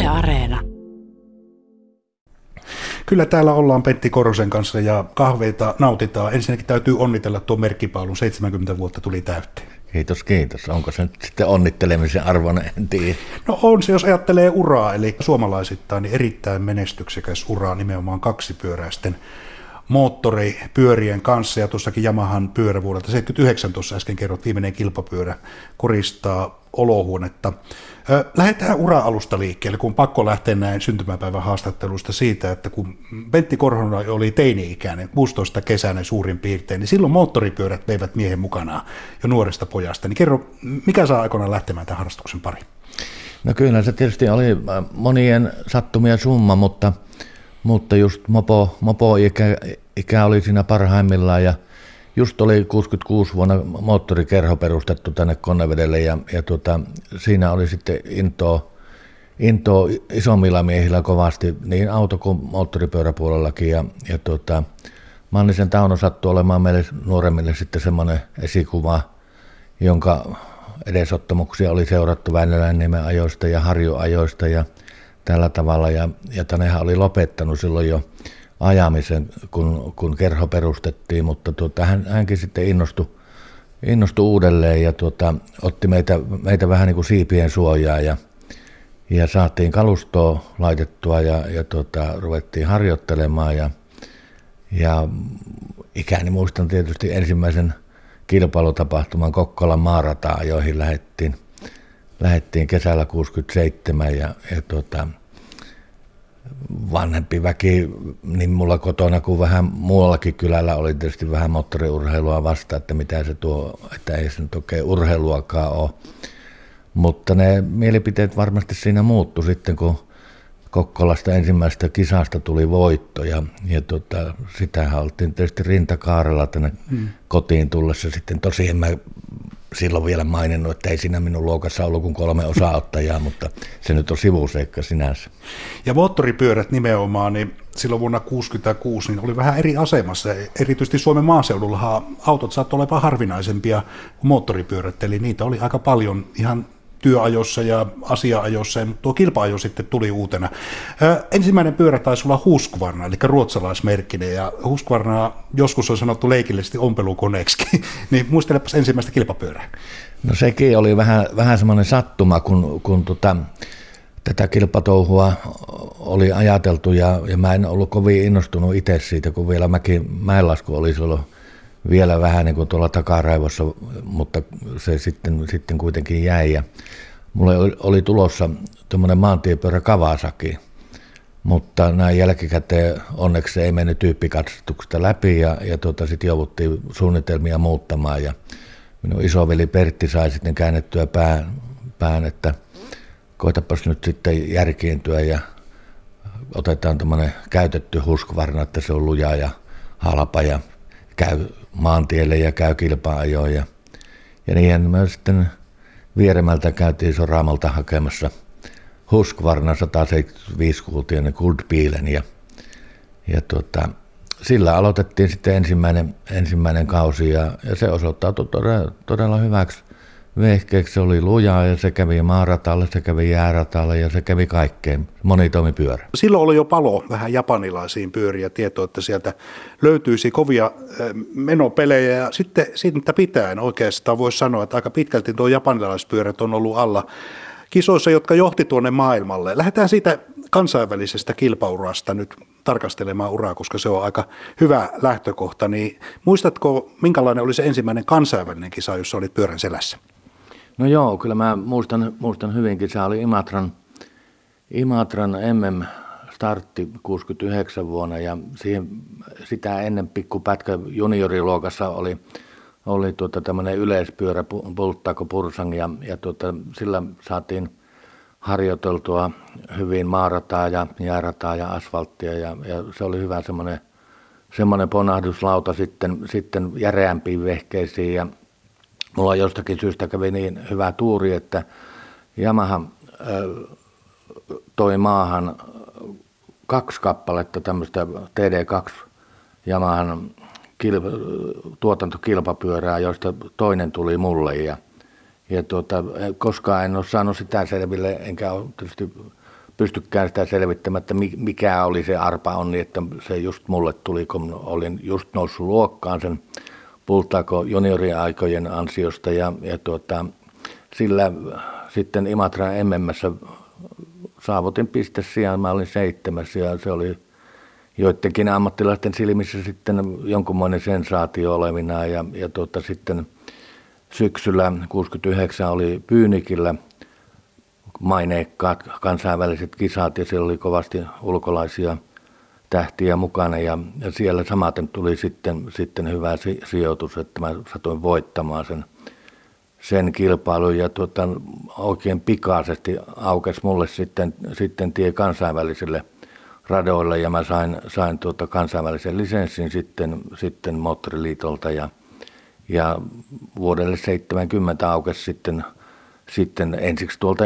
Yle Areena. Kyllä täällä ollaan Pentti Korhosen kanssa ja kahveita nautitaan. Ensinnäkin täytyy onnitella tuon merkkipaalun, 70 vuotta tuli täyteen. Kiitos, kiitos. Onko se nyt sitten onnittelemisen arvoinen, en tiedä. No on se, jos ajattelee uraa, eli suomalaisittain niin erittäin menestyksekäs ura nimenomaan kaksipyöräisten moottoripyörien kanssa. Ja tuossakin Yamahan pyörä vuodelta 79 tuossa äsken kerrot, viimeinen kilpapyörä koristaa olohuonetta. Lähdetään ura-alusta liikkeelle, kun pakko lähteä näin syntymäpäivän haastattelusta siitä, että kun Pentti Korhonen oli teini-ikäinen, 16 kesäinen suurin piirtein, niin silloin moottoripyörät veivät miehen mukanaan jo nuoresta pojasta. Niin kerro, mikä saa aikoinaan lähtemään tämän harrastuksen pariin? No kyllä se tietysti oli monien sattumia summa, mutta just mopo-ikä oli siinä parhaimmillaan ja just oli 66 vuonna moottorikerho perustettu tänne Konnevedelle ja siinä oli sitten intoa isommilla miehillä kovasti niin auto- kuin moottoripyöräpuolellakin ja Mannisen Tauno sattui olemaan meille nuoremmille sitten semmoinen esikuva, jonka edesottamuksia oli seurattu Väinölänniemen ajoista ja Harju-ajoista ja tällä tavalla ja Tanehan oli lopettanut silloin jo ajamisen, kun kerho perustettiin, mutta hänkin sitten innostui uudelleen ja otti meitä vähän niin kuin siipien suojaa ja saatiin kalustoa laitettua ja ruvettiin harjoittelemaan ja ikäni muistan tietysti ensimmäisen kilpailutapahtuman Kokkolan maarataa, joihin lähdettiin kesällä 67 ja vanhempi väki, niin mulla kotona kuin vähän muuallakin kylällä oli tietysti vähän moottoriurheilua vasta, että mitä se tuo, että ei se nyt oikein urheiluakaan ole. Mutta ne mielipiteet varmasti siinä muuttui sitten, kun Kokkolasta ensimmäisestä kisasta tuli voitto ja sitähän oltiin tietysti rintakaarella tänne kotiin tullessa sitten. Tosi en mä silloin vielä maininnut, että ei siinä minun luokassa ollut kuin 3 osaottajaa, mutta se nyt on sivuseikka sinänsä. Ja moottoripyörät nimenomaan, niin silloin vuonna 1966 niin oli vähän eri asemassa. Erityisesti Suomen maaseudullahan autot saattoi olla harvinaisempia kuin moottoripyörät, eli niitä oli aika paljon ihan työajossa ja asia-ajossa, mutta tuo kilpa-ajo sitten tuli uutena. Ensimmäinen pyörä taisi olla Husqvarna, eli ruotsalaismerkkinen, ja Husqvarna joskus on sanottu leikillisesti ompelukoneeksi, niin muistelepas ensimmäistä kilpapyörää. No sekin oli vähän semmoinen sattuma, kun tätä kilpatouhua oli ajateltu, ja mä en ollut kovin innostunut itse siitä, kun vielä mäenlasku oli silloin vielä vähän niin kuin tuolla takaraivossa, mutta se sitten kuitenkin jäi. Ja mulle oli tulossa tuommoinen maantiepyörä Kawasaki, mutta näin jälkikäteen onneksi se ei mennyt tyyppikatsastuksesta läpi ja sitten jouduttiin suunnitelmia muuttamaan. Ja minun isoveli Pertti sai sitten käännettyä pään, että koitapas nyt sitten järkiintyä ja otetaan tuommoinen käytetty Husqvarna, että se on luja ja halpa ja käy maantielle ja käy kilpa-ajoon. Ja niinhän me sitten Vieremältä käytiin Soraamolta hakemassa Husqvarna 175-kuutioinen Goodbilen ja sillä aloitettiin sitten ensimmäinen kausi ja se osoittautui todella hyväksi vehkeeksi. Se oli lujaa ja se kävi maaratalle, se kävi jääratalle ja se kävi kaikkeen. Monitoimipyörä. Silloin oli jo palo vähän japanilaisiin pyöriä tietoa, että sieltä löytyisi kovia menopelejä ja sitten siitä pitäen oikeastaan voisi sanoa, että aika pitkälti tuo japanilaispyörät on ollut alla kisoissa, jotka johti tuonne maailmalle. Lähdetään siitä kansainvälisestä kilpaurasta nyt tarkastelemaan uraa, koska se on aika hyvä lähtökohta. Niin muistatko, minkälainen oli se ensimmäinen kansainvälinen kisa, jossa olit pyörän selässä? No joo, kyllä mä muistan hyvinkin. Se oli Imatran MM-startti 69 vuonna ja sitä ennen pikkupätkä junioriluokassa oli tämmöinen yleispyörä Bultaco Pursang ja sillä saatiin harjoiteltua hyvin maarataa ja jäärataa ja asfalttia ja se oli hyvä semmoinen ponnahduslauta sitten järeämpiin vehkeisiin ja mulla jostakin syystä kävi niin hyvä tuuri, että Yamaha toi maahan 2 kappaletta tämmöistä TD2 Yamahan tuotantokilpapyörää, joista toinen tuli mulle ja koskaan en ole saanut sitä selville, enkä ole tietysti pystykään sitä selvittämään, että mikä oli se arpa onni, että se just mulle tuli, kun olin just noussut luokkaan sen Bultaco junioriaikojen ansiosta ja sillä sitten Imatran MM:ssä saavutin pistesijan, mä olin 7. ja se oli joidenkin ammattilaisten silmissä sitten jonkunmoinen sensaatio olevinaan ja sitten syksyllä 1969 oli Pyynikillä maineikkaat kansainväliset kisat ja siellä oli kovasti ulkolaisia tähtiä mukana ja siellä samaten tuli sitten hyvä sijoitus, että mä satuin voittamaan sen kilpailun ja oikein pikaisesti aukesi mulle sitten tie kansainvälisille radoille ja mä sain kansainvälisen lisenssin sitten Moottoriliitolta ja vuodelle 70 aukesi sitten ensiksi tuolta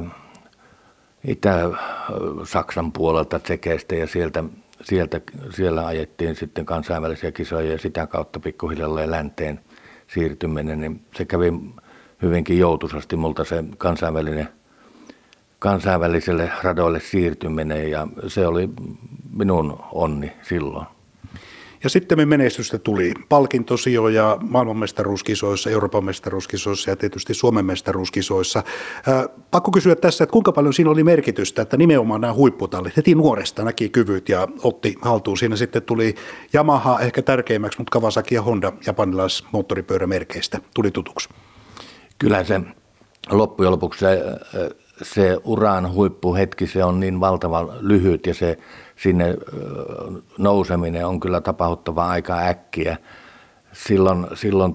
Itä-Saksan puolelta Tsekeistä ja siellä ajettiin sitten kansainvälisiä kisoja ja sitä kautta pikkuhiljalleen länteen siirtyminen, niin se kävi hyvinkin joutuisasti multa se kansainväliselle radoille siirtyminen ja se oli minun onni silloin. Ja sitten menestystä tuli palkintosijoja maailmanmestaruuskisoissa, Euroopan mestaruuskisoissa ja tietysti Suomen mestaruuskisoissa. Pakko kysyä tässä, että kuinka paljon siinä oli merkitystä, että nimenomaan nämä huipputallit heti nuoresta näki kyvyt ja otti haltuun. Siinä sitten tuli Yamaha ehkä tärkeimmäksi, mutta Kawasaki ja Honda japanilaismoottoripyörämerkeistä tuli tutuksi. Kyllä se loppujen lopuksi se uran huippuhetki, se on niin valtavan lyhyt ja se sinne nouseminen on kyllä tapahtuva aika äkkiä. Silloin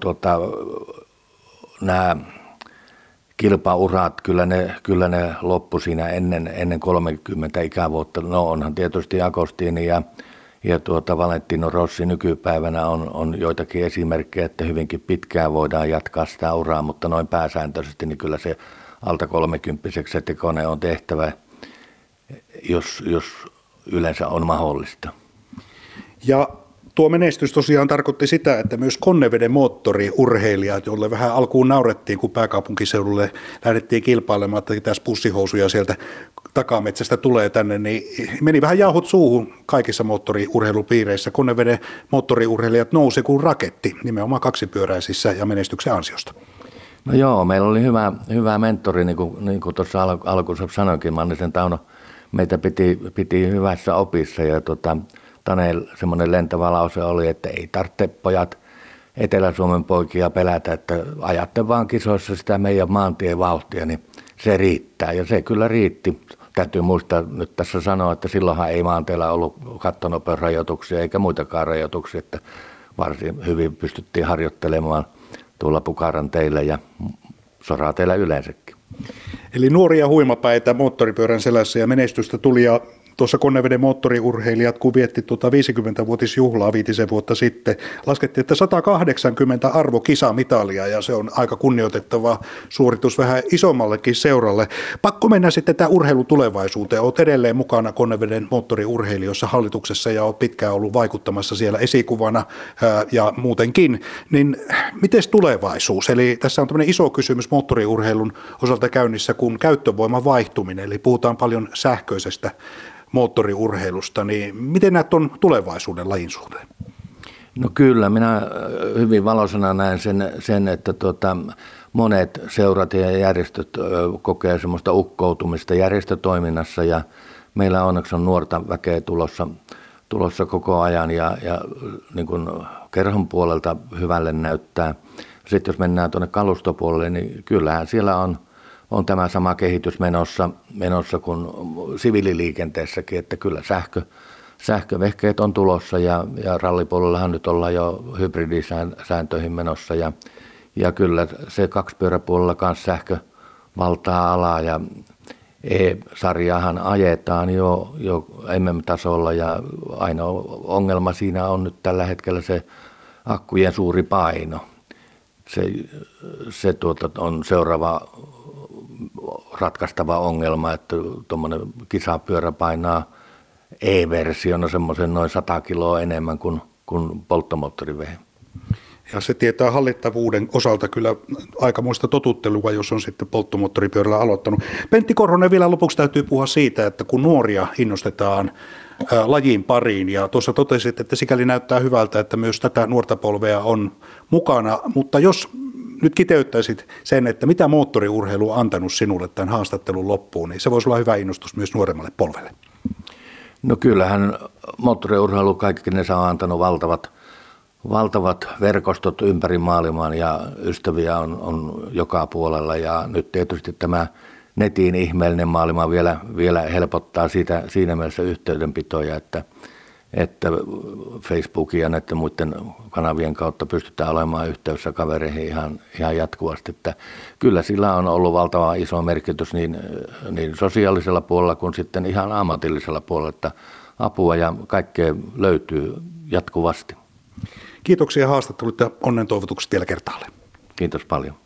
nämä kilpaurat, kyllä ne loppu siinä ennen 30 ikävuotta. No onhan tietysti Agostini ja Valentino Rossi nykypäivänä on joitakin esimerkkejä, että hyvinkin pitkään voidaan jatkaa sitä uraa, mutta noin pääsääntöisesti niin kyllä se alta 30-vuotiaaksi se tekone on tehtävä, jos yleensä on mahdollista. Ja tuo menestys tosiaan tarkoitti sitä, että myös Konneveden moottoriurheilijat, joille vähän alkuun naurettiin, kun pääkaupunkiseudulle lähdettiin kilpailemaan, että tässä pussihousuja sieltä takametsästä tulee tänne, niin meni vähän jauhot suuhun kaikissa moottoriurheilupiireissä. Konneveden moottoriurheilijat nousi kuin raketti, nimenomaan kaksipyöräisissä ja menestyksen ansiosta. No joo, meillä oli hyvä mentori, niin kuin tuossa alkuun sanoinkin, Mannisen Tauno, meitä piti hyvässä opissa ja Tanel semmoinen lentävä lause oli, että ei tarvitse pojat Etelä-Suomen poikia pelätä, että ajatte vaan kisoissa sitä meidän maantien vauhtia, niin se riittää ja se kyllä riitti. Täytyy muistaa nyt tässä sanoa, että silloinhan ei maanteilla ollut kattonopeusrajoituksia eikä muitakaan rajoituksia, että varsin hyvin pystyttiin harjoittelemaan tuolla Pukaran teillä ja sorateillä yleensäkin. Eli nuoria huimapäitä moottoripyörän selässä ja menestystä tuli ja tuossa Konneveden moottoriurheilijat, kun vietti 50-vuotisjuhlaa 5 vuotta sitten, laskettiin, että 180 arvokisamitalia ja se on aika kunnioitettava suoritus vähän isommallekin seuralle. Pakko mennä sitten tämä urheilutulevaisuuteen. Olet edelleen mukana Konneveden moottoriurheilijoissa hallituksessa ja olet pitkään ollut vaikuttamassa siellä esikuvana ja muutenkin. Niin miten tulevaisuus? Eli tässä on tämmöinen iso kysymys moottoriurheilun osalta käynnissä kuin käyttövoiman vaihtuminen, eli puhutaan paljon sähköisestä moottoriurheilusta, niin miten näet on tulevaisuuden lajin suhteen? No kyllä, minä hyvin valoisana näen sen että monet seurat ja järjestöt kokee semmoista ukkoutumista järjestötoiminnassa ja meillä onneksi on nuorta väkeä tulossa koko ajan ja niin kuin kerhon puolelta hyvälle näyttää. Sitten jos mennään tuonne kalustopuolelle, niin kyllähän siellä on tämä sama kehitys menossa kuin siviililiikenteessäkin, että kyllä sähkövehkeet on tulossa ja rallipuolellahan nyt ollaan jo hybridisääntöihin menossa ja kyllä se kaksipyöräpuolella kanssa sähkö valtaa alaa ja E-sarjaahan ajetaan jo MM-tasolla ja ainoa ongelma siinä on nyt tällä hetkellä se akkujen suuri paino. Se on seuraava ratkaistava ongelma, että tuommoinen kisapyörä painaa E-versiona semmoisen noin 100 kiloa enemmän kuin polttomoottorivehe. Ja se tietää hallittavuuden osalta kyllä aikamoista totuttelua, jos on sitten polttomoottoripyörällä aloittanut. Pentti Korhonen, vielä lopuksi täytyy puhua siitä, että kun nuoria innostetaan lajin pariin, ja tuossa totesit, että sikäli näyttää hyvältä, että myös tätä nuorta polvea on mukana, mutta jos nyt kiteyttäisit sen, että mitä moottoriurheilu on antanut sinulle tämän haastattelun loppuun, niin se voisi olla hyvä innostus myös nuoremmalle polvelle. No kyllähän moottoriurheilu kaikkinensa on antanut valtavat verkostot ympäri maailman ja ystäviä on joka puolella ja nyt tietysti tämä netin ihmeellinen maailma vielä helpottaa siinä mielessä yhteydenpitoja, että Facebookin ja näiden muiden kanavien kautta pystytään olemaan yhteydessä kavereihin ihan jatkuvasti. Että kyllä sillä on ollut valtavan iso merkitys niin sosiaalisella puolella kuin sitten ihan ammatillisella puolella, että apua ja kaikkea löytyy jatkuvasti. Kiitoksia haastattelut ja onnen toivotukset vielä kertaalleen. Kiitos paljon.